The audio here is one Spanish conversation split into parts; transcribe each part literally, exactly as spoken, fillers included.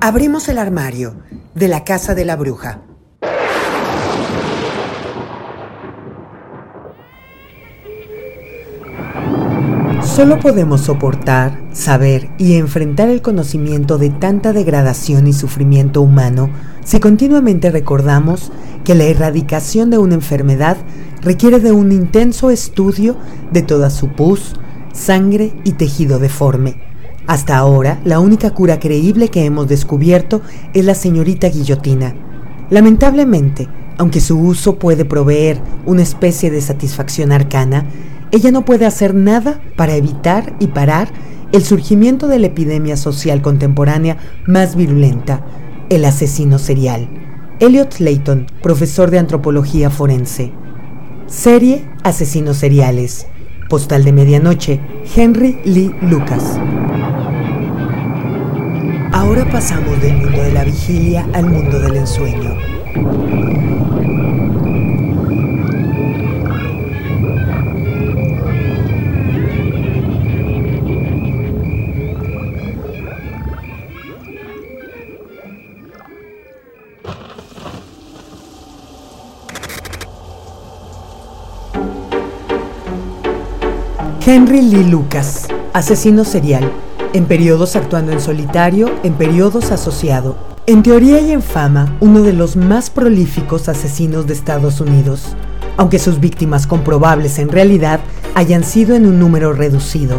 Abrimos el armario de la casa de la bruja. Solo podemos soportar, saber y enfrentar el conocimiento de tanta degradación y sufrimiento humano si continuamente recordamos que la erradicación de una enfermedad requiere de un intenso estudio de toda su pus, sangre y tejido deforme. Hasta ahora, la única cura creíble que hemos descubierto es la señorita guillotina. Lamentablemente, aunque su uso puede proveer una especie de satisfacción arcana, ella no puede hacer nada para evitar y parar el surgimiento de la epidemia social contemporánea más virulenta, el asesino serial. Elliot Layton, profesor de antropología forense. Serie Asesinos seriales. Postal de medianoche, Henry Lee Lucas. Ahora pasamos del mundo de la vigilia al mundo del ensueño. Henry Lee Lucas, asesino serial, en periodos actuando en solitario, en periodos asociado. En teoría y en fama, uno de los más prolíficos asesinos de Estados Unidos, aunque sus víctimas comprobables en realidad hayan sido en un número reducido.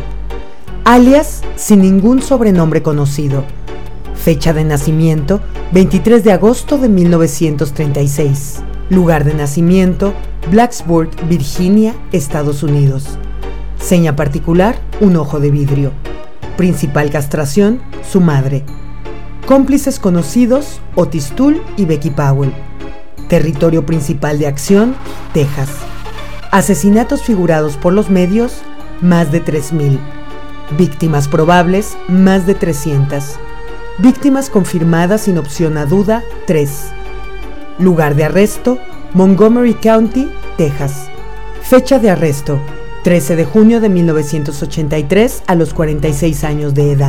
Alias, sin ningún sobrenombre conocido. Fecha de nacimiento, veintitrés de agosto de mil novecientos treinta y seis. Lugar de nacimiento, Blacksburg, Virginia, Estados Unidos. Seña particular, un ojo de vidrio. Principal castración, su madre. Cómplices conocidos, Otis Toole y Becky Powell. Territorio principal de acción, Texas. Asesinatos figurados por los medios, más de tres mil. Víctimas probables, más de trescientas. Víctimas confirmadas sin opción a duda, tres. Lugar de arresto, Montgomery County, Texas. Fecha de arresto, trece de junio de mil novecientos ochenta y tres a los cuarenta y seis años de edad.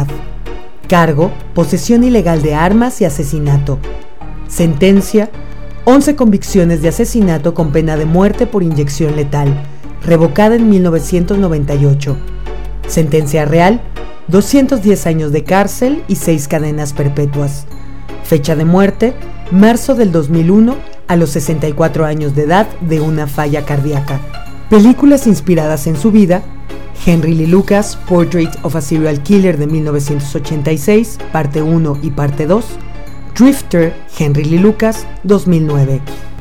Cargo, posesión ilegal de armas y asesinato. Sentencia, once convicciones de asesinato con pena de muerte por inyección letal, revocada en mil novecientos noventa y ocho. Sentencia real, doscientos diez años de cárcel y seis cadenas perpetuas. Fecha de muerte, marzo del dos mil uno a los sesenta y cuatro años de edad de una falla cardíaca. Películas inspiradas en su vida: Henry Lee Lucas, Portrait of a Serial Killer de mil novecientos ochenta y seis, parte uno y parte dos. Drifter, Henry Lee Lucas, dos mil nueve.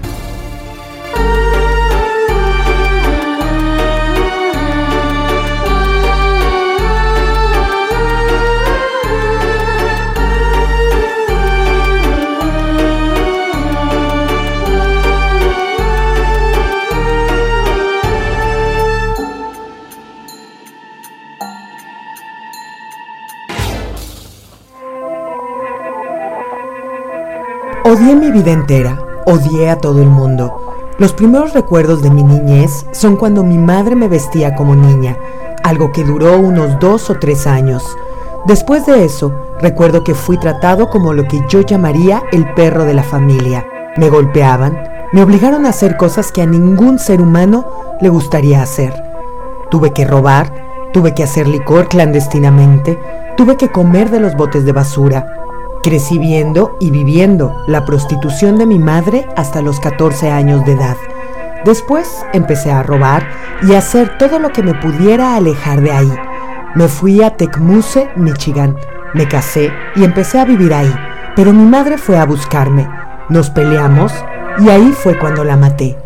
Odié mi vida entera, odié a todo el mundo. Los primeros recuerdos de mi niñez son cuando mi madre me vestía como niña, algo que duró unos dos o tres años. Después de eso, recuerdo que fui tratado como lo que yo llamaría el perro de la familia. Me golpeaban, me obligaron a hacer cosas que a ningún ser humano le gustaría hacer. Tuve que robar, tuve que hacer licor clandestinamente, tuve que comer de los botes de basura. Crecí viendo y viviendo la prostitución de mi madre hasta los catorce años de edad. Después empecé a robar y a hacer todo lo que me pudiera alejar de ahí. Me fui a Tecumseh, Michigan. Me casé y empecé a vivir ahí, pero mi madre fue a buscarme. Nos peleamos y ahí fue cuando la maté.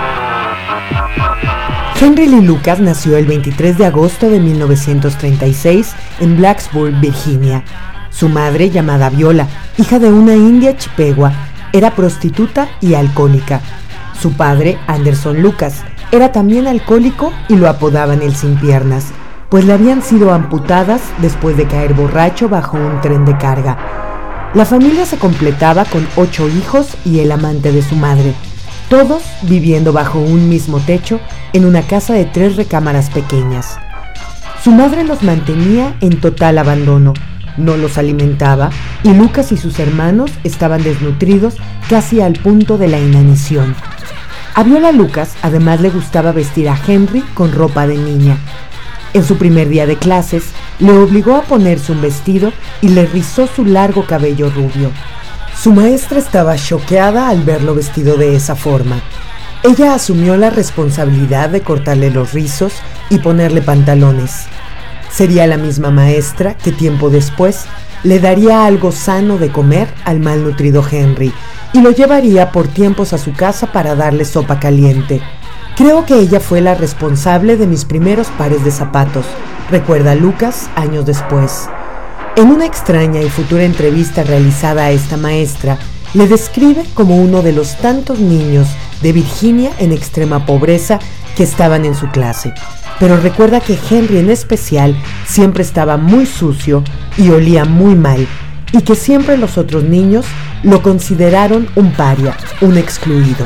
Henry Lee Lucas nació el veintitrés de agosto de mil novecientos treinta y seis en Blacksburg, Virginia. Su madre, llamada Viola, hija de una india chippewa, era prostituta y alcohólica. Su padre, Anderson Lucas, era también alcohólico y lo apodaban el sin piernas, pues le habían sido amputadas después de caer borracho bajo un tren de carga. La familia se completaba con ocho hijos y el amante de su madre, todos viviendo bajo un mismo techo en una casa de tres recámaras pequeñas. Su madre los mantenía en total abandono, no los alimentaba y Lucas y sus hermanos estaban desnutridos casi al punto de la inanición. A Viola Lucas además le gustaba vestir a Henry con ropa de niña. En su primer día de clases, le obligó a ponerse un vestido y le rizó su largo cabello rubio. Su maestra estaba choqueada al verlo vestido de esa forma. Ella asumió la responsabilidad de cortarle los rizos y ponerle pantalones. Sería la misma maestra que tiempo después le daría algo sano de comer al malnutrido Henry y lo llevaría por tiempos a su casa para darle sopa caliente. Creo que ella fue la responsable de mis primeros pares de zapatos, recuerda Lucas años después. En una extraña y futura entrevista realizada a esta maestra, le describe como uno de los tantos niños de Virginia en extrema pobreza que estaban en su clase, pero recuerda que Henry en especial siempre estaba muy sucio y olía muy mal, y que siempre los otros niños lo consideraron un paria, un excluido.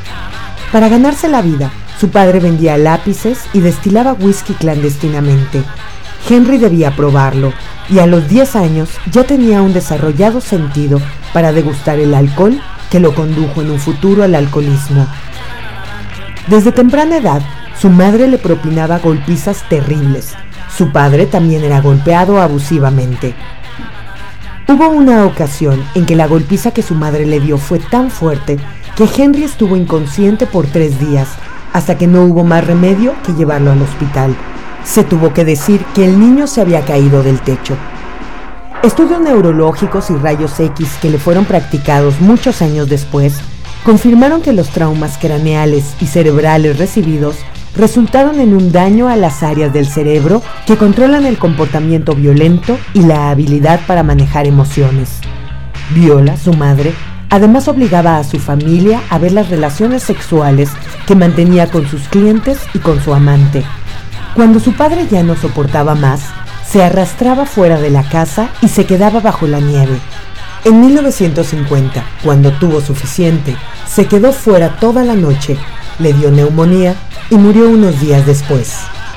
Para ganarse la vida, su padre vendía lápices y destilaba whisky clandestinamente. Henry debía probarlo, y a los diez años ya tenía un desarrollado sentido para degustar el alcohol que lo condujo en un futuro al alcoholismo. Desde temprana edad, su madre le propinaba golpizas terribles. Su padre también era golpeado abusivamente. Hubo una ocasión en que la golpiza que su madre le dio fue tan fuerte que Henry estuvo inconsciente por tres días, hasta que no hubo más remedio que llevarlo al hospital. Se tuvo que decir que el niño se había caído del techo. Estudios neurológicos y rayos X que le fueron practicados muchos años después confirmaron que los traumas craneales y cerebrales recibidos resultaron en un daño a las áreas del cerebro que controlan el comportamiento violento y la habilidad para manejar emociones. Viola, su madre, además obligaba a su familia a ver las relaciones sexuales que mantenía con sus clientes y con su amante. Cuando su padre ya no soportaba más, se arrastraba fuera de la casa y se quedaba bajo la nieve. En mil novecientos cincuenta, cuando tuvo suficiente, se quedó fuera toda la noche, le dio neumonía y murió unos días después.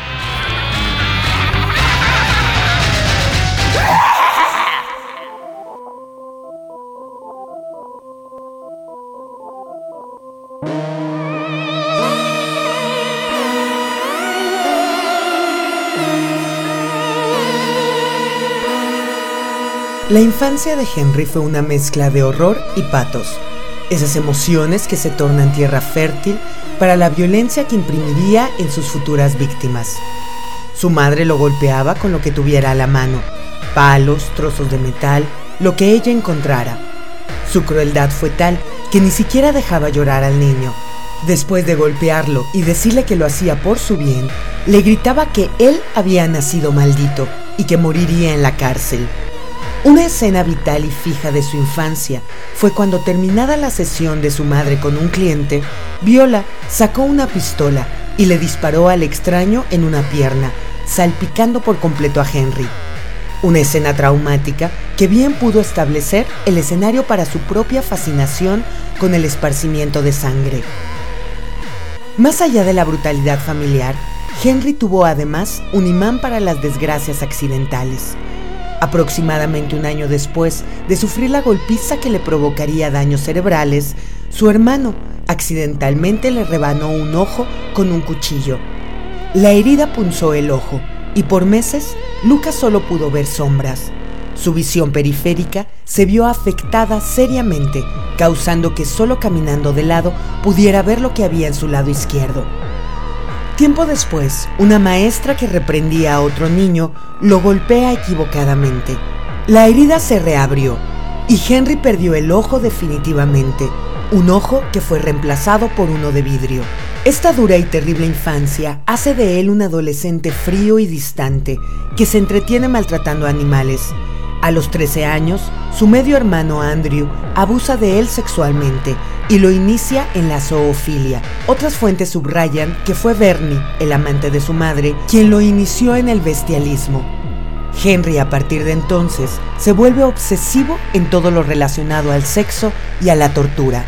La infancia de Henry fue una mezcla de horror y patos, esas emociones que se tornan tierra fértil para la violencia que imprimiría en sus futuras víctimas. Su madre lo golpeaba con lo que tuviera a la mano, palos, trozos de metal, lo que ella encontrara. Su crueldad fue tal que ni siquiera dejaba llorar al niño. Después de golpearlo y decirle que lo hacía por su bien, le gritaba que él había nacido maldito y que moriría en la cárcel. Una escena vital y fija de su infancia fue cuando, terminada la sesión de su madre con un cliente, Viola sacó una pistola y le disparó al extraño en una pierna, salpicando por completo a Henry. Una escena traumática que bien pudo establecer el escenario para su propia fascinación con el esparcimiento de sangre. Más allá de la brutalidad familiar, Henry tuvo además un imán para las desgracias accidentales. Aproximadamente un año después de sufrir la golpiza que le provocaría daños cerebrales, su hermano accidentalmente le rebanó un ojo con un cuchillo. La herida punzó el ojo y por meses Lucas solo pudo ver sombras. Su visión periférica se vio afectada seriamente, causando que solo caminando de lado pudiera ver lo que había en su lado izquierdo. Tiempo después, una maestra que reprendía a otro niño lo golpea equivocadamente. La herida se reabrió y Henry perdió el ojo definitivamente, un ojo que fue reemplazado por uno de vidrio. Esta dura y terrible infancia hace de él un adolescente frío y distante que se entretiene maltratando a animales. A los trece años, su medio hermano Andrew abusa de él sexualmente y lo inicia en la zoofilia. Otras fuentes subrayan que fue Bernie, el amante de su madre, quien lo inició en el bestialismo. Henry, a partir de entonces, se vuelve obsesivo en todo lo relacionado al sexo y a la tortura.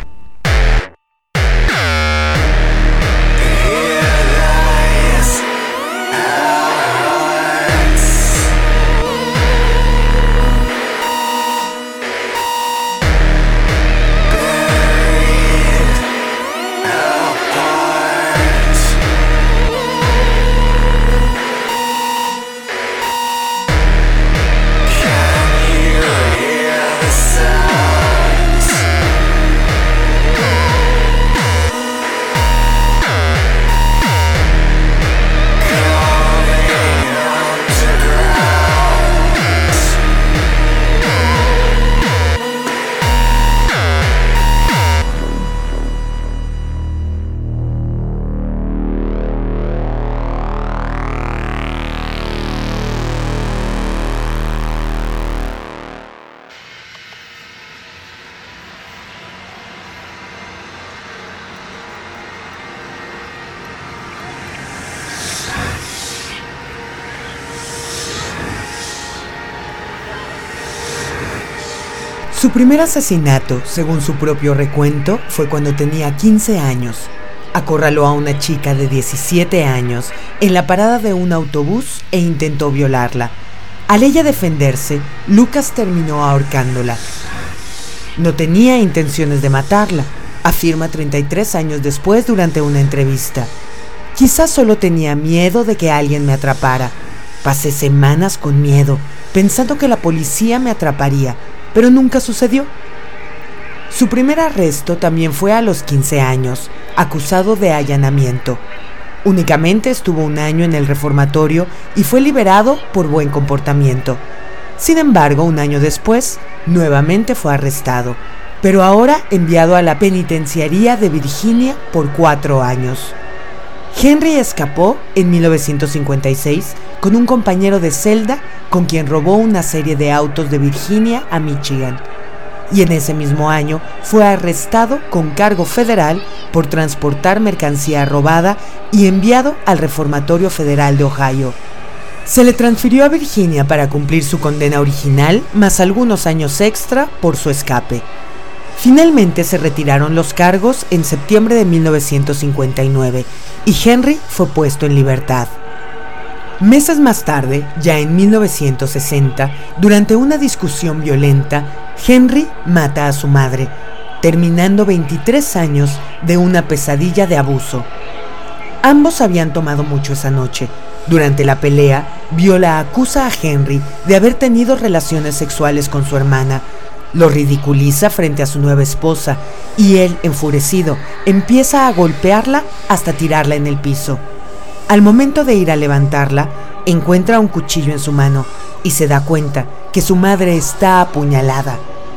Su primer asesinato, según su propio recuento, fue cuando tenía quince años. Acorraló a una chica de diecisiete años en la parada de un autobús e intentó violarla. Al ella defenderse, Lucas terminó ahorcándola. No tenía intenciones de matarla, afirma treinta y tres años después durante una entrevista. Quizás solo tenía miedo de que alguien me atrapara. Pasé semanas con miedo, pensando que la policía me atraparía, pero nunca sucedió. Su primer arresto también fue a los quince años, acusado de allanamiento. Únicamente estuvo un año en el reformatorio y fue liberado por buen comportamiento. Sin embargo, un año después, nuevamente fue arrestado, pero ahora enviado a la penitenciaría de Virginia por cuatro años. Henry escapó en mil novecientos cincuenta y seis con un compañero de celda con quien robó una serie de autos de Virginia a Michigan. Y en ese mismo año fue arrestado con cargo federal por transportar mercancía robada y enviado al Reformatorio Federal de Ohio. Se le transfirió a Virginia para cumplir su condena original, más algunos años extra por su escape. Finalmente se retiraron los cargos en septiembre de mil novecientos cincuenta y nueve y Henry fue puesto en libertad. Meses más tarde, ya en mil novecientos sesenta, durante una discusión violenta, Henry mata a su madre, terminando veintitrés años de una pesadilla de abuso. Ambos habían tomado mucho esa noche. Durante la pelea, Viola acusa a Henry de haber tenido relaciones sexuales con su hermana. Lo ridiculiza frente a su nueva esposa y él, enfurecido, empieza a golpearla hasta tirarla en el piso. Al momento de ir a levantarla, encuentra un cuchillo en su mano y se da cuenta que su madre está apuñalada.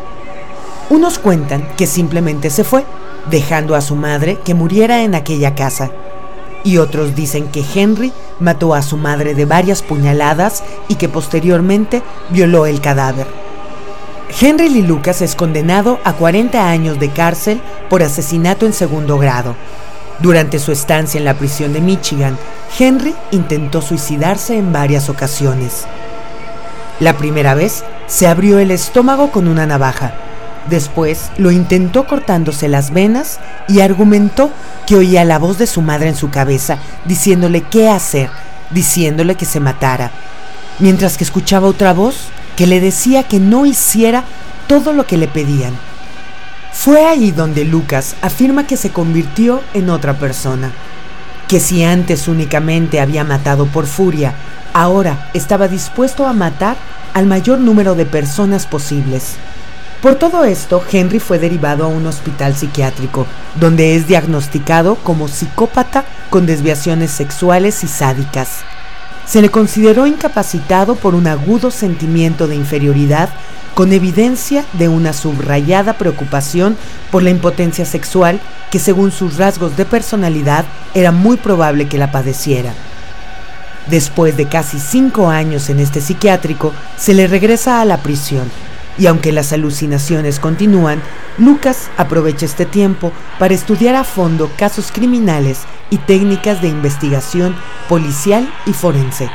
Unos cuentan que simplemente se fue, dejando a su madre que muriera en aquella casa. Y otros dicen que Henry mató a su madre de varias puñaladas y que posteriormente violó el cadáver. Henry Lee Lucas es condenado a cuarenta años de cárcel por asesinato en segundo grado. Durante su estancia en la prisión de Michigan, Henry intentó suicidarse en varias ocasiones. La primera vez se abrió el estómago con una navaja. Después lo intentó cortándose las venas y argumentó que oía la voz de su madre en su cabeza diciéndole qué hacer, diciéndole que se matara, mientras que escuchaba otra voz que le decía que no hiciera todo lo que le pedían. Fue ahí donde Lucas afirma que se convirtió en otra persona, que si antes únicamente había matado por furia, ahora estaba dispuesto a matar al mayor número de personas posibles. Por todo esto, Henry fue derivado a un hospital psiquiátrico, donde es diagnosticado como psicópata con desviaciones sexuales y sádicas. Se le consideró incapacitado por un agudo sentimiento de inferioridad, con evidencia de una subrayada preocupación por la impotencia sexual que, según sus rasgos de personalidad, era muy probable que la padeciera. Después de casi cinco años en este psiquiátrico, se le regresa a la prisión, y aunque las alucinaciones continúan, Lucas aprovecha este tiempo para estudiar a fondo casos criminales y técnicas de investigación policial y forense.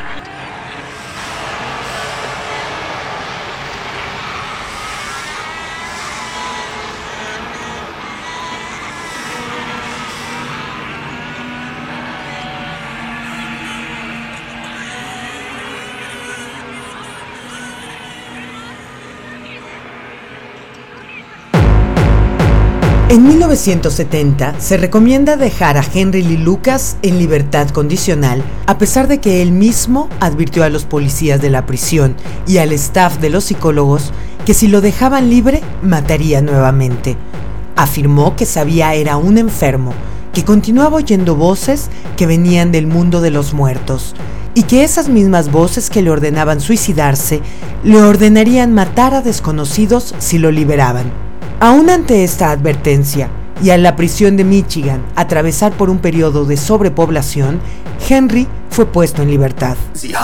En mil novecientos setenta se recomienda dejar a Henry Lee Lucas en libertad condicional, a pesar de que él mismo advirtió a los policías de la prisión y al staff de los psicólogos que si lo dejaban libre, mataría nuevamente. Afirmó que sabía era un enfermo, que continuaba oyendo voces que venían del mundo de los muertos, y que esas mismas voces que le ordenaban suicidarse, le ordenarían matar a desconocidos si lo liberaban. Aún ante esta advertencia, y a la prisión de Michigan atravesar por un periodo de sobrepoblación, Henry fue puesto en libertad.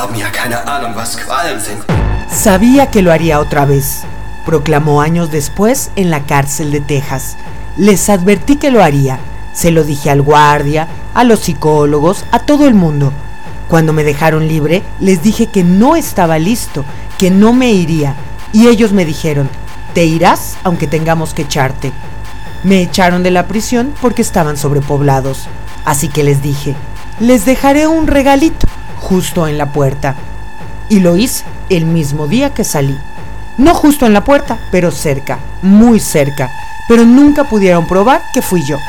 Sabía que lo haría otra vez, proclamó años después en la cárcel de Texas. Les advertí que lo haría, se lo dije al guardia, a los psicólogos, a todo el mundo. Cuando me dejaron libre, les dije que no estaba listo, que no me iría, y ellos me dijeron: Te irás aunque tengamos que echarte. Me echaron de la prisión porque estaban sobrepoblados, así que les dije, les dejaré un regalito justo en la puerta. Y lo hice el mismo día que salí. No justo en la puerta, pero cerca, muy cerca, pero nunca pudieron probar que fui yo.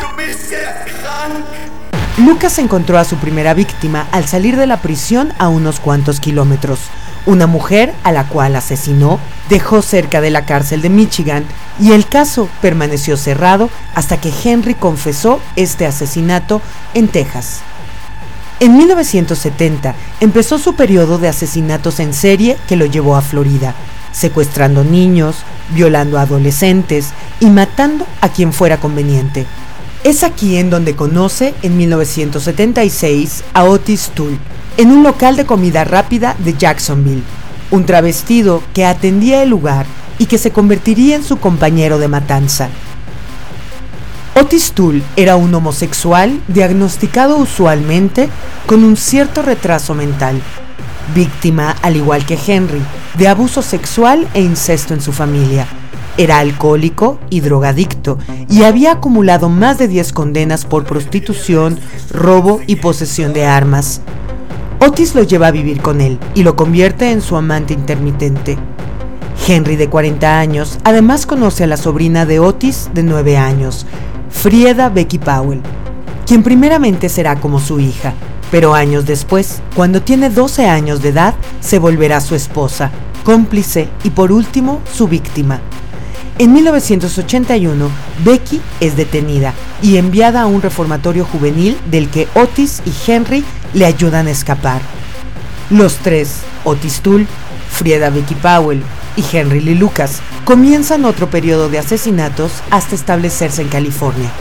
Lucas encontró a su primera víctima al salir de la prisión a unos cuantos kilómetros. Una mujer a la cual asesinó, dejó cerca de la cárcel de Michigan y el caso permaneció cerrado hasta que Henry confesó este asesinato en Texas. En mil novecientos setenta empezó su periodo de asesinatos en serie que lo llevó a Florida, secuestrando niños, violando a adolescentes y matando a quien fuera conveniente. Es aquí en donde conoce en mil novecientos setenta y seis a Otis Toole, en un local de comida rápida de Jacksonville, un travestido que atendía el lugar y que se convertiría en su compañero de matanza. Otis Toole era un homosexual diagnosticado usualmente con un cierto retraso mental, víctima, al igual que Henry, de abuso sexual e incesto en su familia. Era alcohólico y drogadicto y había acumulado más de diez condenas por prostitución, robo y posesión de armas. Otis lo lleva a vivir con él y lo convierte en su amante intermitente. Henry, de cuarenta años, además conoce a la sobrina de Otis, de nueve años, Frieda Becky Powell, quien primeramente será como su hija, pero años después, cuando tiene doce años de edad, se volverá su esposa, cómplice y por último, su víctima. En mil novecientos ochenta y uno, Becky es detenida y enviada a un reformatorio juvenil del que Otis y Henry le ayudan a escapar. Los tres, Otis Toole, Frieda Becky Powell y Henry Lee Lucas, comienzan otro periodo de asesinatos hasta establecerse en California.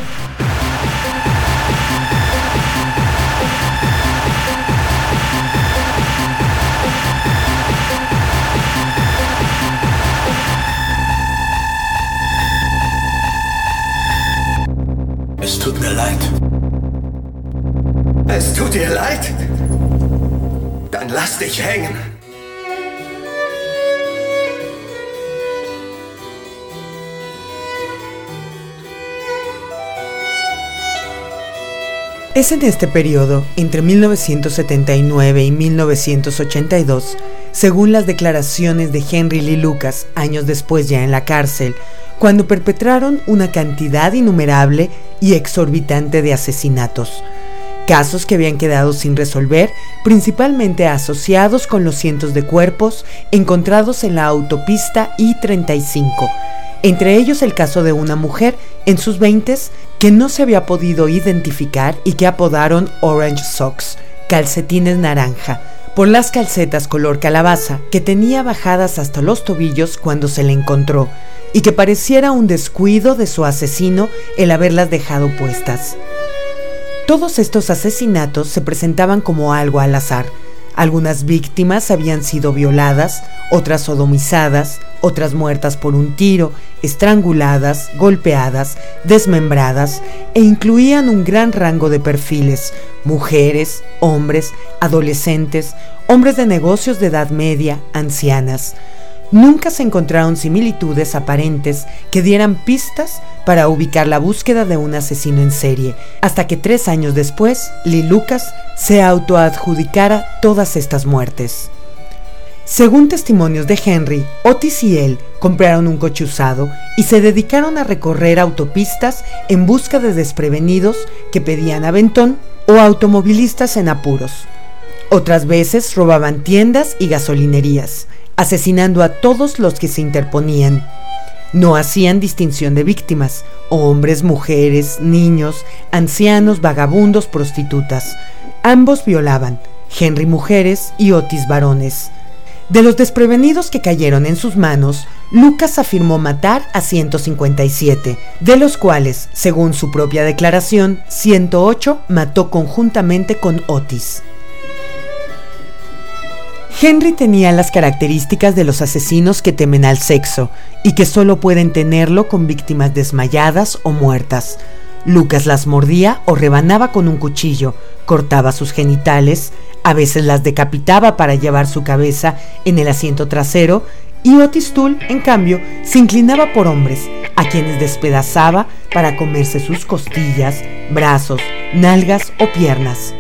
Es tut mir leid. Es tut dir leid? Dann lass dich hängen. Es en este periodo, entre mil novecientos setenta y nueve y mil novecientos ochenta y dos, según las declaraciones de Henry Lee Lucas, años después ya en la cárcel, cuando perpetraron una cantidad innumerable y exorbitante de asesinatos. Casos que habían quedado sin resolver, principalmente asociados con los cientos de cuerpos encontrados en la autopista I treinta y cinco, entre ellos el caso de una mujer en sus veintes que no se había podido identificar y que apodaron Orange Socks, calcetines naranja, por las calcetas color calabaza que tenía bajadas hasta los tobillos cuando se le encontró, y que pareciera un descuido de su asesino el haberlas dejado puestas. Todos estos asesinatos se presentaban como algo al azar. Algunas víctimas habían sido violadas, otras sodomizadas, otras muertas por un tiro, estranguladas, golpeadas, desmembradas, e incluían un gran rango de perfiles: mujeres, hombres, adolescentes, hombres de negocios de edad media, ancianas. Nunca se encontraron similitudes aparentes que dieran pistas para ubicar la búsqueda de un asesino en serie, hasta que tres años después, Lee Lucas se autoadjudicara todas estas muertes. Según testimonios de Henry, Otis y él compraron un coche usado y se dedicaron a recorrer autopistas en busca de desprevenidos que pedían aventón o automovilistas en apuros. Otras veces robaban tiendas y gasolinerías, asesinando a todos los que se interponían. No hacían distinción de víctimas: hombres, mujeres, niños, ancianos, vagabundos, prostitutas. Ambos violaban, Henry mujeres y Otis varones. De los desprevenidos que cayeron en sus manos, Lucas afirmó matar a ciento cincuenta y siete, de los cuales, según su propia declaración, ciento ocho mató conjuntamente con Otis. Henry tenía las características de los asesinos que temen al sexo y que solo pueden tenerlo con víctimas desmayadas o muertas. Lucas las mordía o rebanaba con un cuchillo, cortaba sus genitales, a veces las decapitaba para llevar su cabeza en el asiento trasero y Otis Toole, en cambio, se inclinaba por hombres, a quienes despedazaba para comerse sus costillas, brazos, nalgas o piernas.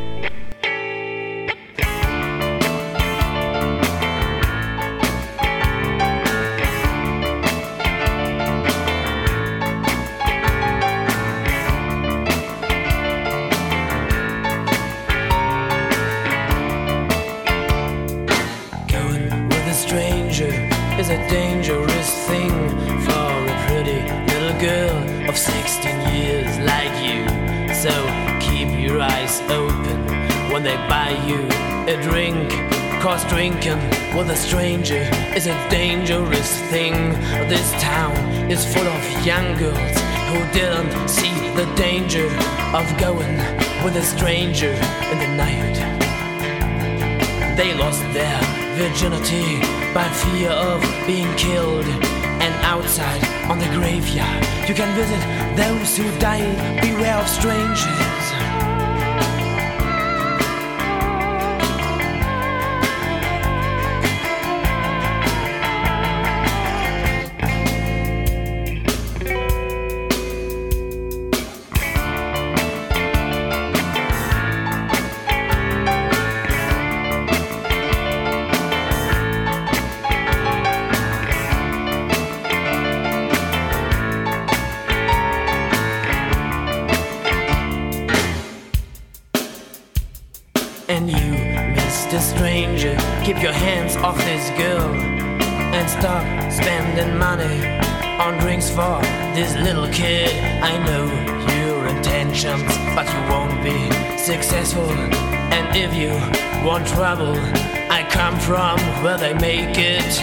Is a dangerous thing for a pretty little girl of sixteen years like you. So keep your eyes open when they buy you a drink, cause drinking with a stranger is a dangerous thing. This town is full of young girls who didn't see the danger of going with a stranger in the night. They lost their virginity by fear of being killed. And outside on the graveyard you can visit those who died. Beware of strangers. And you, Mister Stranger, keep your hands off this girl and stop spending money on drinks for this little kid. I know your intentions, but you won't be successful. And if you want trouble, I come from where they make it.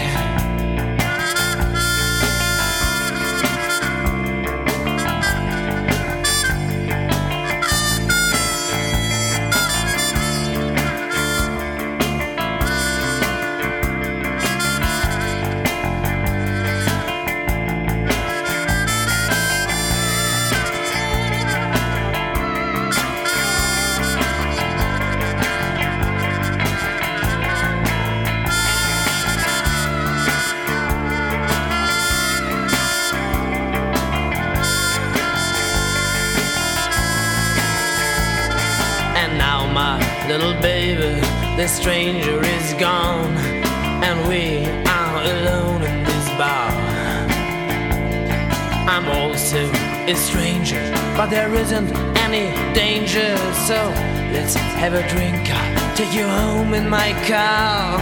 Little baby, the stranger is gone, and we are alone in this bar. I'm also a stranger, but there isn't any danger. So let's have a drink, I'll take you home in my car.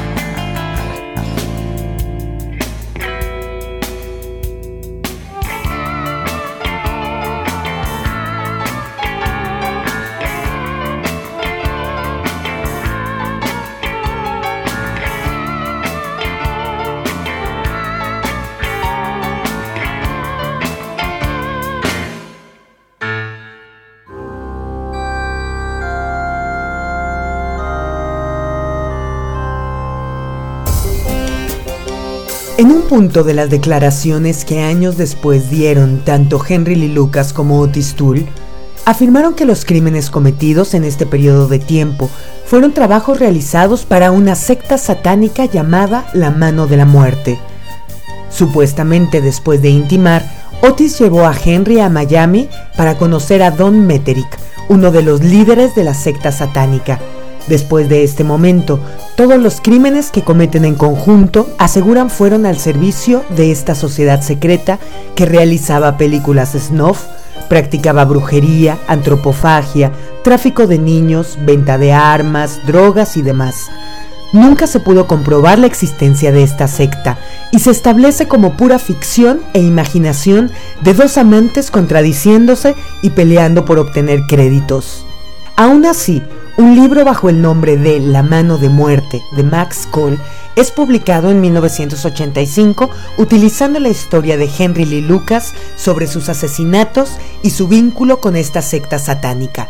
En un punto de las declaraciones que años después dieron tanto Henry Lee Lucas como Otis Toole, afirmaron que los crímenes cometidos en este periodo de tiempo fueron trabajos realizados para una secta satánica llamada la Mano de la Muerte. Supuestamente después de intimar, Otis llevó a Henry a Miami para conocer a Don Meterick, uno de los líderes de la secta satánica. Después de este momento, todos los crímenes que cometen en conjunto aseguran fueron al servicio de esta sociedad secreta que realizaba películas snuff, practicaba brujería, antropofagia, tráfico de niños, venta de armas, drogas y demás. Nunca se pudo comprobar la existencia de esta secta y se establece como pura ficción e imaginación de dos amantes contradiciéndose y peleando por obtener créditos. Aún así, un libro bajo el nombre de La Mano de Muerte de Max Cole es publicado en mil novecientos ochenta y cinco utilizando la historia de Henry Lee Lucas sobre sus asesinatos y su vínculo con esta secta satánica.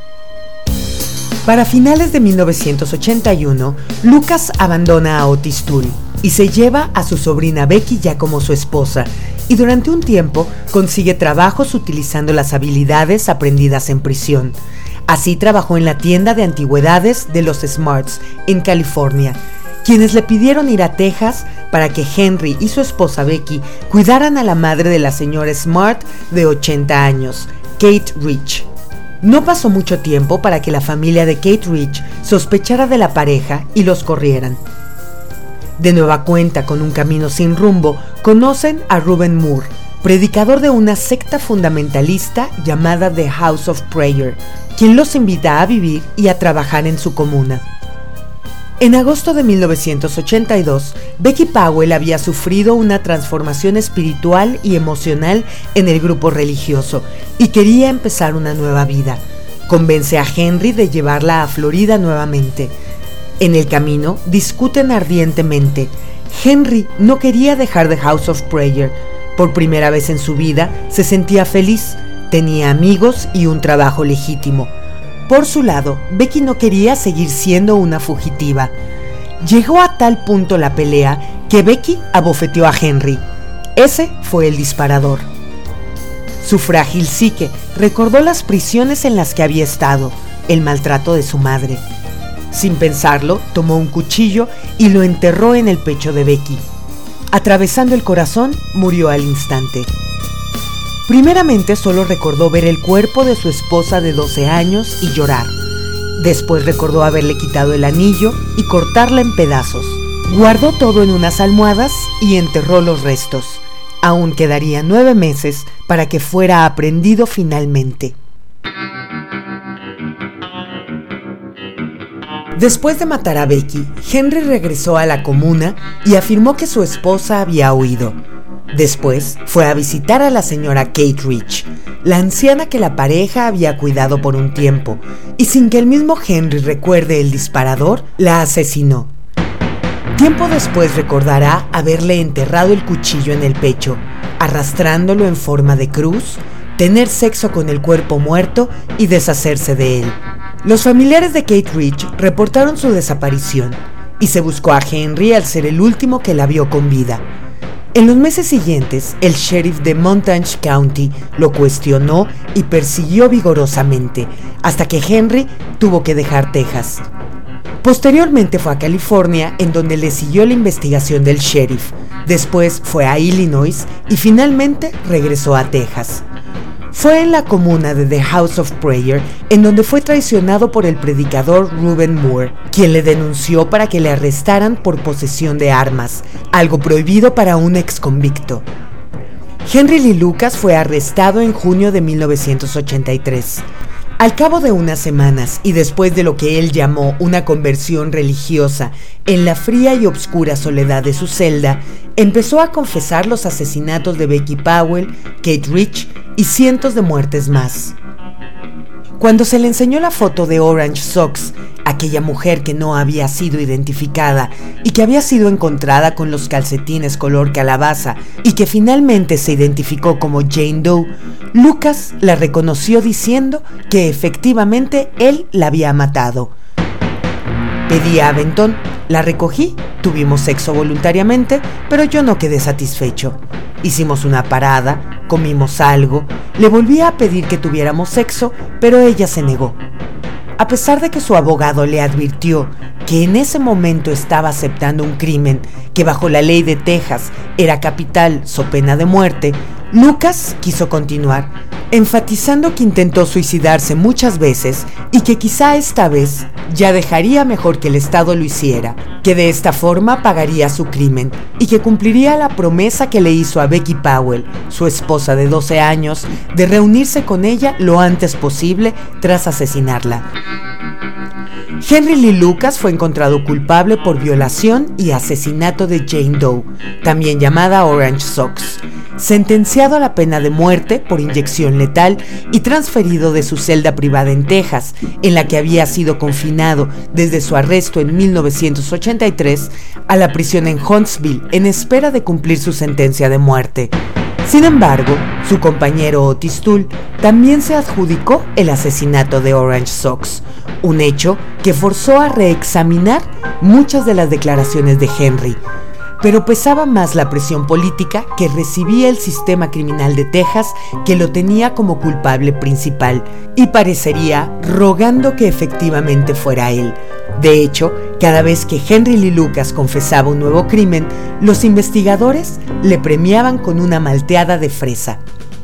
Para finales de mil novecientos ochenta y uno, Lucas abandona a Otis Toole y se lleva a su sobrina Becky ya como su esposa, y durante un tiempo consigue trabajos utilizando las habilidades aprendidas en prisión. Así trabajó en la tienda de antigüedades de los Smarts en California quienes le pidieron ir a Texas para que Henry y su esposa Becky cuidaran a la madre de la señora Smart de ochenta años, Kate Rich. No pasó mucho tiempo para que la familia de Kate Rich sospechara de la pareja y los corrieran. De nueva cuenta, con un camino sin rumbo, conocen a Reuben Moore, predicador de una secta fundamentalista llamada The House of Prayer, quien los invita a vivir y a trabajar en su comuna. En agosto de mil novecientos ochenta y dos, Becky Powell había sufrido una transformación espiritual y emocional en el grupo religioso y quería empezar una nueva vida. Convence a Henry de llevarla a Florida nuevamente. En el camino, discuten ardientemente. Henry no quería dejar The House of Prayer. Por primera vez en su vida, se sentía feliz, tenía amigos y un trabajo legítimo. Por su lado, Becky no quería seguir siendo una fugitiva. Llegó a tal punto la pelea que Becky abofeteó a Henry. Ese fue el disparador. Su frágil psique recordó las prisiones en las que había estado, el maltrato de su madre. Sin pensarlo, tomó un cuchillo y lo enterró en el pecho de Becky. Atravesando el corazón, murió al instante. Primeramente solo recordó ver el cuerpo de su esposa de doce años y llorar. Después recordó haberle quitado el anillo y cortarla en pedazos. Guardó todo en unas almohadas y enterró los restos. Aún quedarían nueve meses para que fuera aprendido finalmente. Después de matar a Becky, Henry regresó a la comuna y afirmó que su esposa había huido. Después fue a visitar a la señora Kate Rich, la anciana que la pareja había cuidado por un tiempo, y sin que el mismo Henry recuerde el disparador, la asesinó. Tiempo después recordará haberle enterrado el cuchillo en el pecho, arrastrándolo en forma de cruz, tener sexo con el cuerpo muerto y deshacerse de él. Los familiares de Kate Rich reportaron su desaparición y se buscó a Henry al ser el último que la vio con vida. En los meses siguientes, el sheriff de Montague County lo cuestionó y persiguió vigorosamente, hasta que Henry tuvo que dejar Texas. Posteriormente fue a California, en donde le siguió la investigación del sheriff. Después fue a Illinois y finalmente regresó a Texas. Fue en la comuna de The House of Prayer en donde fue traicionado por el predicador Reuben Moore, quien le denunció para que le arrestaran por posesión de armas, algo prohibido para un exconvicto. Henry Lee Lucas fue arrestado en junio de mil novecientos ochenta y tres. Al cabo de unas semanas y después de lo que él llamó una conversión religiosa, en la fría y obscura soledad de su celda, empezó a confesar los asesinatos de Becky Powell, Kate Rich y cientos de muertes más. Cuando se le enseñó la foto de Orange Socks, aquella mujer que no había sido identificada y que había sido encontrada con los calcetines color calabaza y que finalmente se identificó como Jane Doe, Lucas la reconoció diciendo que efectivamente él la había matado. Pedí a aventón, la recogí, tuvimos sexo voluntariamente, pero yo no quedé satisfecho. Hicimos una parada, comimos algo, le volví a pedir que tuviéramos sexo, pero ella se negó. A pesar de que su abogado le advirtió que en ese momento estaba aceptando un crimen que bajo la ley de Texas era capital so pena de muerte, Lucas quiso continuar, enfatizando que intentó suicidarse muchas veces y que quizá esta vez ya dejaría mejor que el Estado lo hiciera, que de esta forma pagaría su crimen y que cumpliría la promesa que le hizo a Becky Powell, su esposa de doce años, de reunirse con ella lo antes posible tras asesinarla. Henry Lee Lucas fue encontrado culpable por violación y asesinato de Jane Doe, también llamada Orange Socks, sentenciado a la pena de muerte por inyección letal y transferido de su celda privada en Texas, en la que había sido confinado desde su arresto en mil novecientos ochenta y tres, a la prisión en Huntsville en espera de cumplir su sentencia de muerte. Sin embargo, su compañero Otis Toole también se adjudicó el asesinato de Orange Socks, un hecho que forzó a reexaminar muchas de las declaraciones de Henry, pero pesaba más la presión política que recibía el sistema criminal de Texas, que lo tenía como culpable principal y parecería rogando que efectivamente fuera él, De hecho, cada vez que Henry Lee Lucas confesaba un nuevo crimen, los investigadores le premiaban con una malteada de fresa.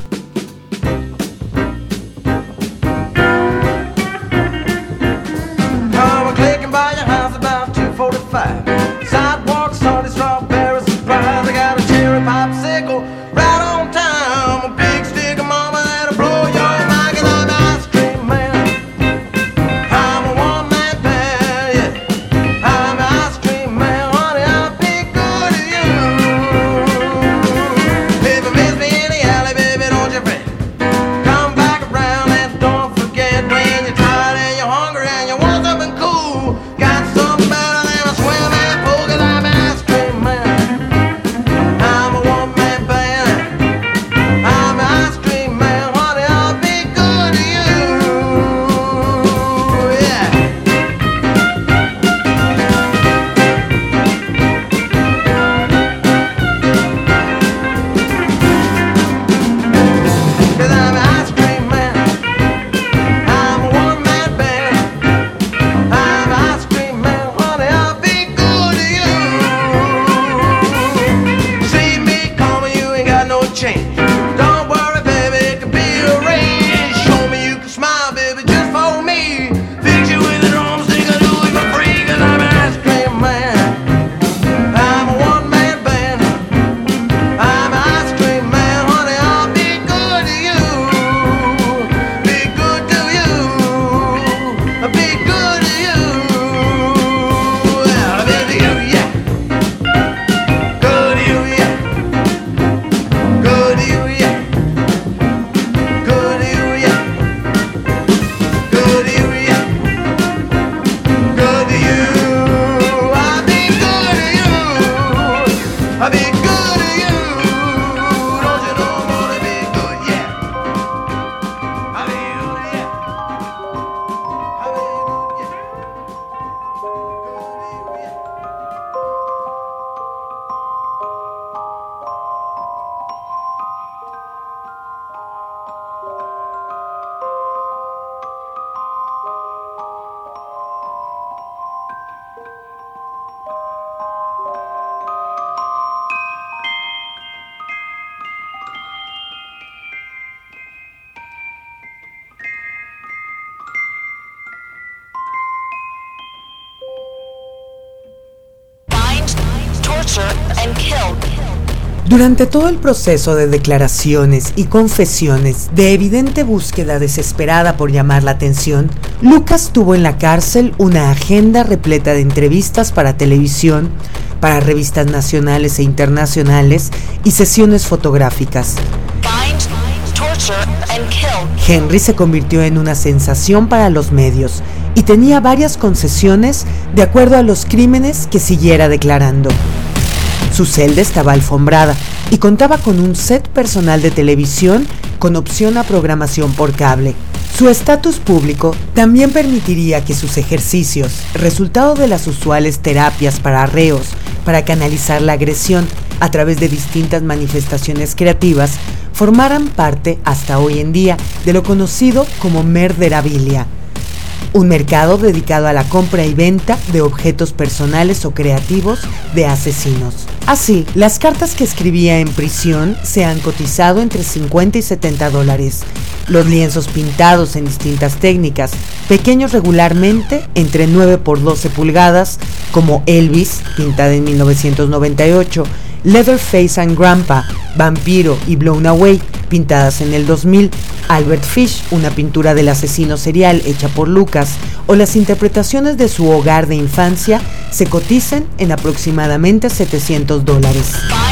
Durante todo el proceso de declaraciones y confesiones, de evidente búsqueda desesperada por llamar la atención, Lucas tuvo en la cárcel una agenda repleta de entrevistas para televisión, para revistas nacionales e internacionales y sesiones fotográficas. Henry se convirtió en una sensación para los medios y tenía varias concesiones de acuerdo a los crímenes que siguiera declarando. Su celda estaba alfombrada y contaba con un set personal de televisión con opción a programación por cable. Su estatus público también permitiría que sus ejercicios, resultado de las usuales terapias para reos para canalizar la agresión a través de distintas manifestaciones creativas, formaran parte hasta hoy en día de lo conocido como murderabilia, un mercado dedicado a la compra y venta de objetos personales o creativos de asesinos. Así, las cartas que escribía en prisión se han cotizado entre cincuenta y setenta dólares. Los lienzos pintados en distintas técnicas, pequeños regularmente entre nueve por doce pulgadas, como Elvis, pintada en mil novecientos noventa y ocho, Leatherface and Grandpa, Vampiro y Blown Away, pintadas en el dos mil, Albert Fish, una pintura del asesino serial hecha por Lucas, o las interpretaciones de su hogar de infancia, se cotizan en aproximadamente setecientos dólares.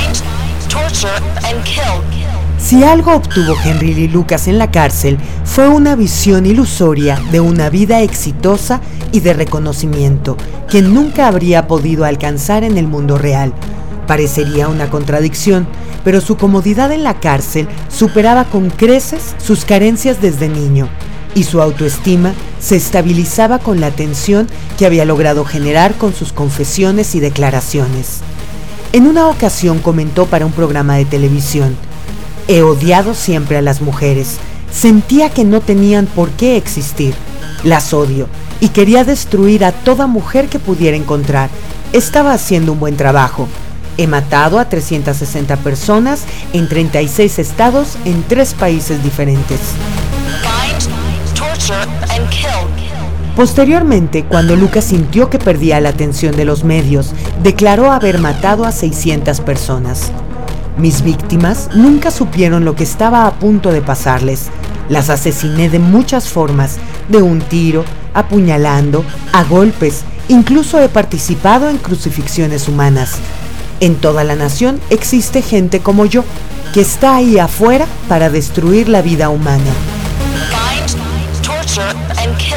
Si algo obtuvo Henry Lee Lucas en la cárcel, fue una visión ilusoria de una vida exitosa y de reconocimiento que nunca habría podido alcanzar en el mundo real. Parecería una contradicción, pero su comodidad en la cárcel superaba con creces sus carencias desde niño, y su autoestima se estabilizaba con la atención que había logrado generar con sus confesiones y declaraciones. En una ocasión comentó para un programa de televisión: «He odiado siempre a las mujeres, sentía que no tenían por qué existir, las odio, y quería destruir a toda mujer que pudiera encontrar. Estaba haciendo un buen trabajo. He matado a trescientas sesenta personas en treinta y seis estados en tres países diferentes. Find, torture, and kill. Posteriormente, cuando Lucas sintió que perdía la atención de los medios, declaró haber matado a seiscientas personas. Mis víctimas nunca supieron lo que estaba a punto de pasarles. Las asesiné de muchas formas, de un tiro, apuñalando, a golpes, incluso he participado en crucifixiones humanas. En toda la nación existe gente como yo, que está ahí afuera para destruir la vida humana. Find, torture, and kill.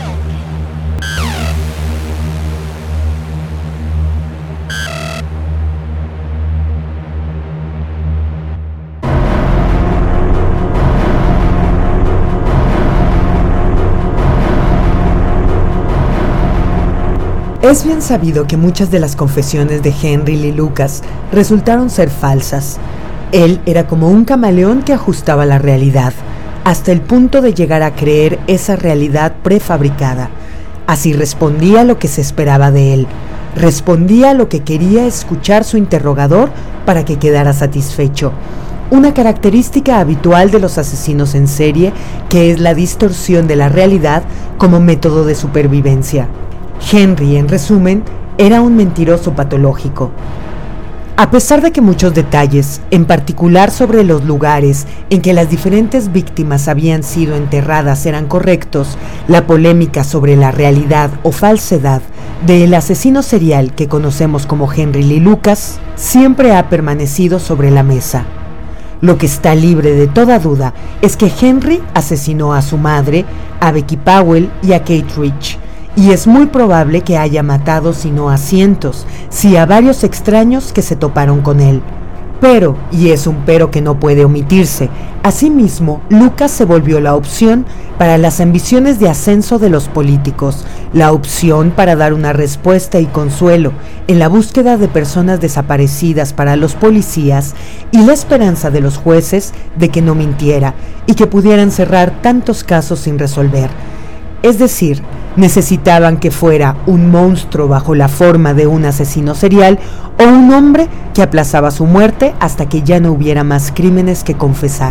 Es bien sabido que muchas de las confesiones de Henry Lee Lucas resultaron ser falsas. Él era como un camaleón que ajustaba la realidad, hasta el punto de llegar a creer esa realidad prefabricada. Así respondía a lo que se esperaba de él, respondía a lo que quería escuchar su interrogador para que quedara satisfecho. Una característica habitual de los asesinos en serie, que es la distorsión de la realidad como método de supervivencia. Henry, en resumen, era un mentiroso patológico. A pesar de que muchos detalles, en particular sobre los lugares en que las diferentes víctimas habían sido enterradas, eran correctos, la polémica sobre la realidad o falsedad del asesino serial que conocemos como Henry Lee Lucas siempre ha permanecido sobre la mesa. Lo que está libre de toda duda es que Henry asesinó a su madre, a Becky Powell y a Kate Rich. Y es muy probable que haya matado, si no a cientos, si a varios extraños que se toparon con él. Pero, y es un pero que no puede omitirse, asimismo, Lucas se volvió la opción para las ambiciones de ascenso de los políticos, la opción para dar una respuesta y consuelo en la búsqueda de personas desaparecidas para los policías y la esperanza de los jueces de que no mintiera y que pudieran cerrar tantos casos sin resolver. Es decir, necesitaban que fuera un monstruo bajo la forma de un asesino serial o un hombre que aplazaba su muerte hasta que ya no hubiera más crímenes que confesar.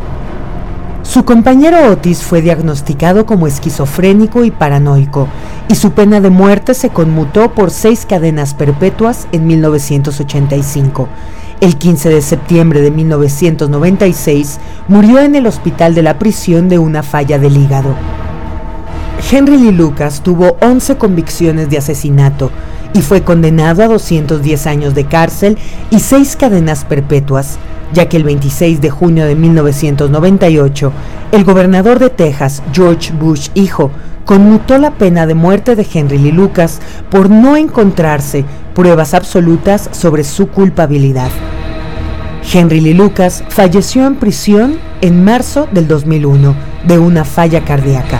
Su compañero Otis fue diagnosticado como esquizofrénico y paranoico, y su pena de muerte se conmutó por seis cadenas perpetuas en mil novecientos ochenta y cinco. El quince de septiembre de mil novecientos noventa y seis murió en el hospital de la prisión de una falla del hígado. Henry Lee Lucas tuvo once convicciones de asesinato y fue condenado a doscientos diez años de cárcel y seis cadenas perpetuas, ya que el veintiséis de junio de mil novecientos noventa y ocho, el gobernador de Texas, George Bush hijo, conmutó la pena de muerte de Henry Lee Lucas por no encontrarse pruebas absolutas sobre su culpabilidad. Henry Lee Lucas falleció en prisión en marzo del dos mil uno de una falla cardíaca.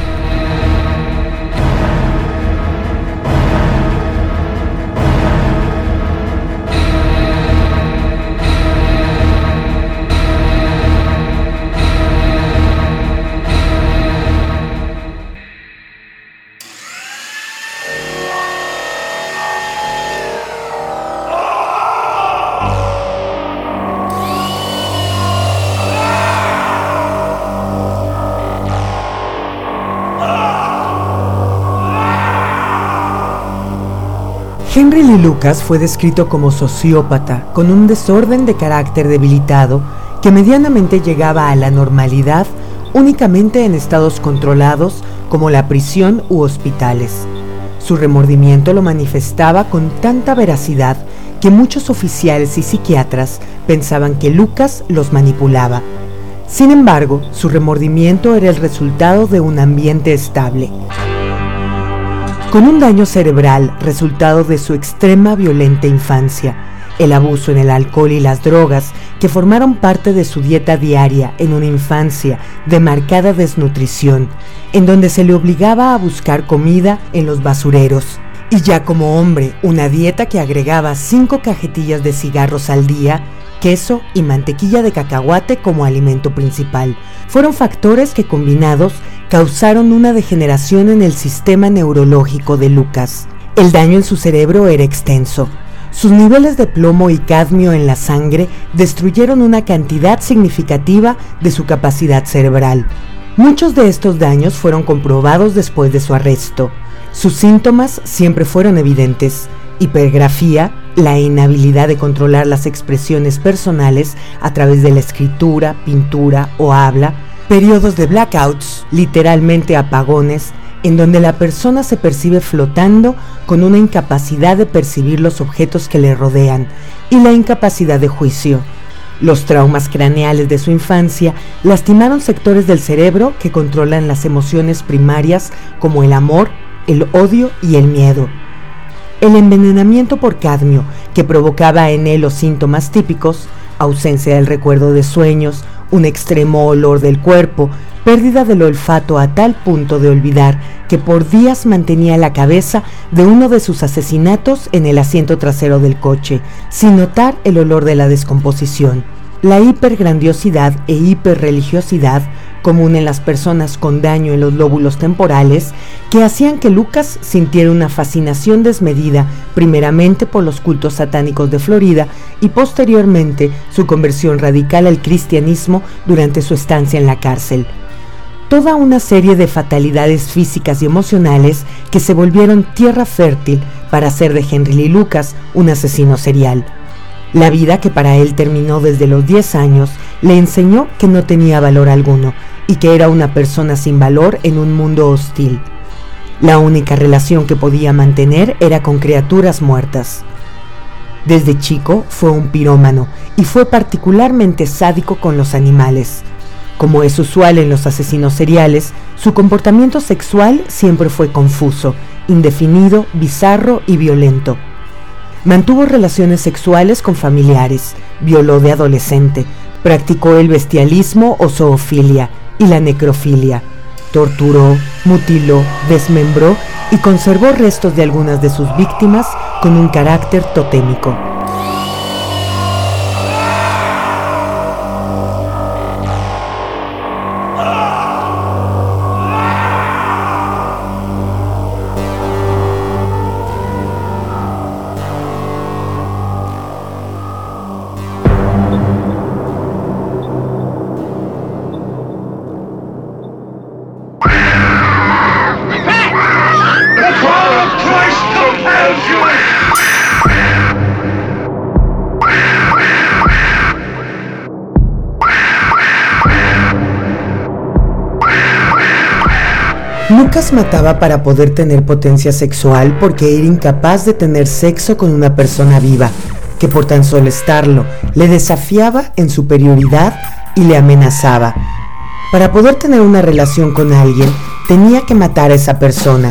Henry Lee Lucas fue descrito como sociópata, con un desorden de carácter debilitado que medianamente llegaba a la normalidad únicamente en estados controlados como la prisión u hospitales. Su remordimiento lo manifestaba con tanta veracidad que muchos oficiales y psiquiatras pensaban que Lucas los manipulaba. Sin embargo, su remordimiento era el resultado de un ambiente estable. Con un daño cerebral resultado de su extrema violenta infancia, el abuso en el alcohol y las drogas que formaron parte de su dieta diaria en una infancia de marcada desnutrición, en donde se le obligaba a buscar comida en los basureros, y ya como hombre una dieta que agregaba cinco cajetillas de cigarros al día, queso y mantequilla de cacahuate como alimento principal, fueron factores que combinados causaron una degeneración en el sistema neurológico de Lucas. El daño en su cerebro era extenso. Sus niveles de plomo y cadmio en la sangre destruyeron una cantidad significativa de su capacidad cerebral. Muchos de estos daños fueron comprobados después de su arresto. Sus síntomas siempre fueron evidentes: hipergrafía, la inhabilidad de controlar las expresiones personales a través de la escritura, pintura o habla, periodos de blackouts, literalmente apagones, en donde la persona se percibe flotando con una incapacidad de percibir los objetos que le rodean, y la incapacidad de juicio. Los traumas craneales de su infancia lastimaron sectores del cerebro que controlan las emociones primarias como el amor, el odio y el miedo. El envenenamiento por cadmio, que provocaba en él los síntomas típicos: ausencia del recuerdo de sueños, un extremo olor del cuerpo, pérdida del olfato a tal punto de olvidar que por días mantenía la cabeza de uno de sus asesinatos en el asiento trasero del coche, sin notar el olor de la descomposición. La hipergrandiosidad e hiperreligiosidad, común en las personas con daño en los lóbulos temporales, que hacían que Lucas sintiera una fascinación desmedida, primeramente por los cultos satánicos de Florida y posteriormente su conversión radical al cristianismo durante su estancia en la cárcel. Toda una serie de fatalidades físicas y emocionales que se volvieron tierra fértil para hacer de Henry Lee Lucas un asesino serial. La vida, que para él terminó desde los diez años, le enseñó que no tenía valor alguno y que era una persona sin valor en un mundo hostil. La única relación que podía mantener era con criaturas muertas. Desde chico fue un pirómano y fue particularmente sádico con los animales. Como es usual en los asesinos seriales, su comportamiento sexual siempre fue confuso, indefinido, bizarro y violento. Mantuvo relaciones sexuales con familiares, violó de adolescente, practicó el bestialismo o zoofilia y la necrofilia, torturó, mutiló, desmembró y conservó restos de algunas de sus víctimas con un carácter totémico. Lucas mataba para poder tener potencia sexual porque era incapaz de tener sexo con una persona viva, que por tan solo estarlo le desafiaba en superioridad y le amenazaba. Para poder tener una relación con alguien, tenía que matar a esa persona.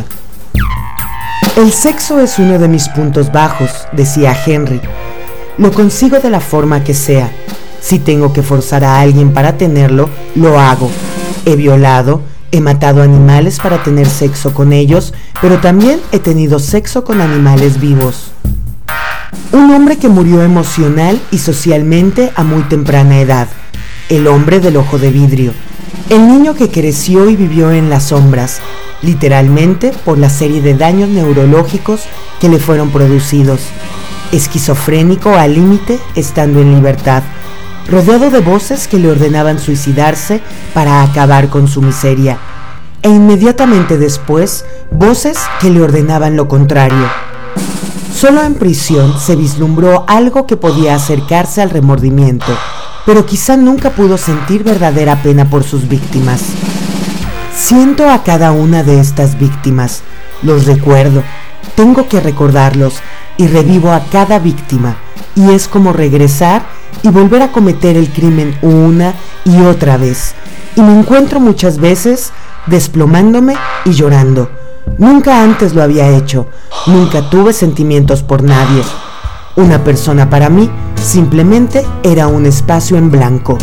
El sexo es uno de mis puntos bajos, decía Henry. Lo consigo de la forma que sea. Si tengo que forzar a alguien para tenerlo, lo hago. He violado, he matado animales para tener sexo con ellos, pero también he tenido sexo con animales vivos. Un hombre que murió emocional y socialmente a muy temprana edad. El hombre del ojo de vidrio. El niño que creció y vivió en las sombras, literalmente por la serie de daños neurológicos que le fueron producidos. Esquizofrénico al límite, estando en libertad, rodeado de voces que le ordenaban suicidarse para acabar con su miseria, e inmediatamente después, voces que le ordenaban lo contrario. Solo en prisión se vislumbró algo que podía acercarse al remordimiento, pero quizá nunca pudo sentir verdadera pena por sus víctimas. Siento a cada una de estas víctimas, los recuerdo, tengo que recordarlos, y revivo a cada víctima, y es como regresar y volver a cometer el crimen una y otra vez, y me encuentro muchas veces desplomándome y llorando. Nunca antes lo había hecho, nunca tuve sentimientos por nadie. Una persona para mí simplemente era un espacio en blanco.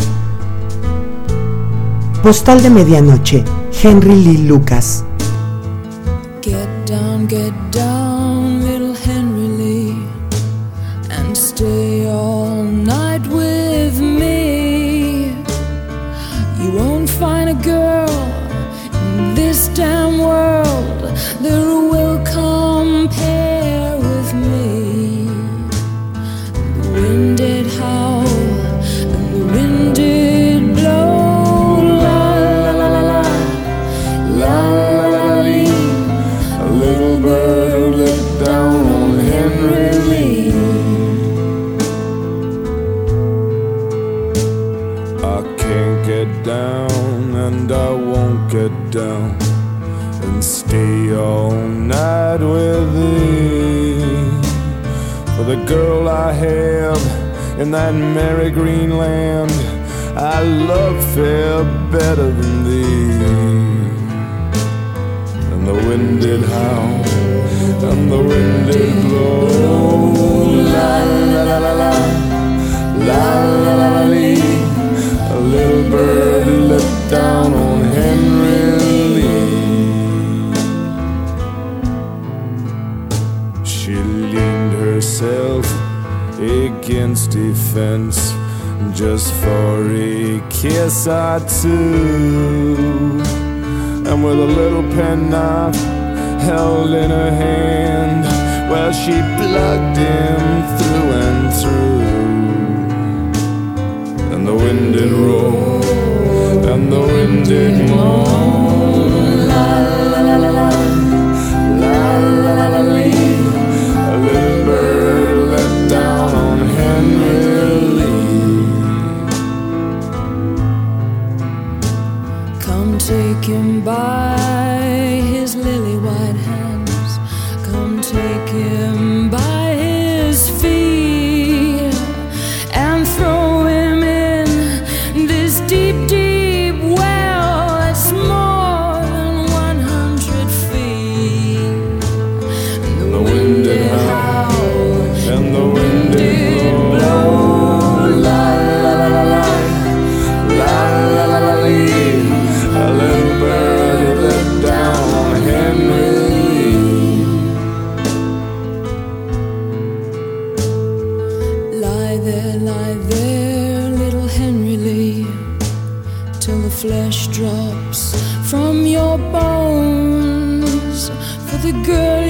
Postal de medianoche, Henry Lee Lucas. Get down, get down, little Henry Lee, and stay all night with me. You won't find a girl in for the girl I have in that merry green land. I love fair better than thee. And the wind did howl, and the wind did blow. La la la la la, la la la la lee. A little bird let down on Henry Lee. She leaned herself against a fence just for a kiss or two, and with a little penknife held in her hand, well, she plugged him through and through. And the wind did roll, and the wind did moan. La la la la la, la la la la lee. A little bird let down on Henry Lee. Come take him by his lily white hands. Come take him by his feet and throw him in this deep, deep well that's more than one hundred feet. And the, The wind wind did did howl, howl, and the wind wind did did blow. blow. La la la la la, la la la la lee. A little bird let down on Henry Lee. Lie there, lie there, little Henry Lee, till the flesh drops from your bones. For the girl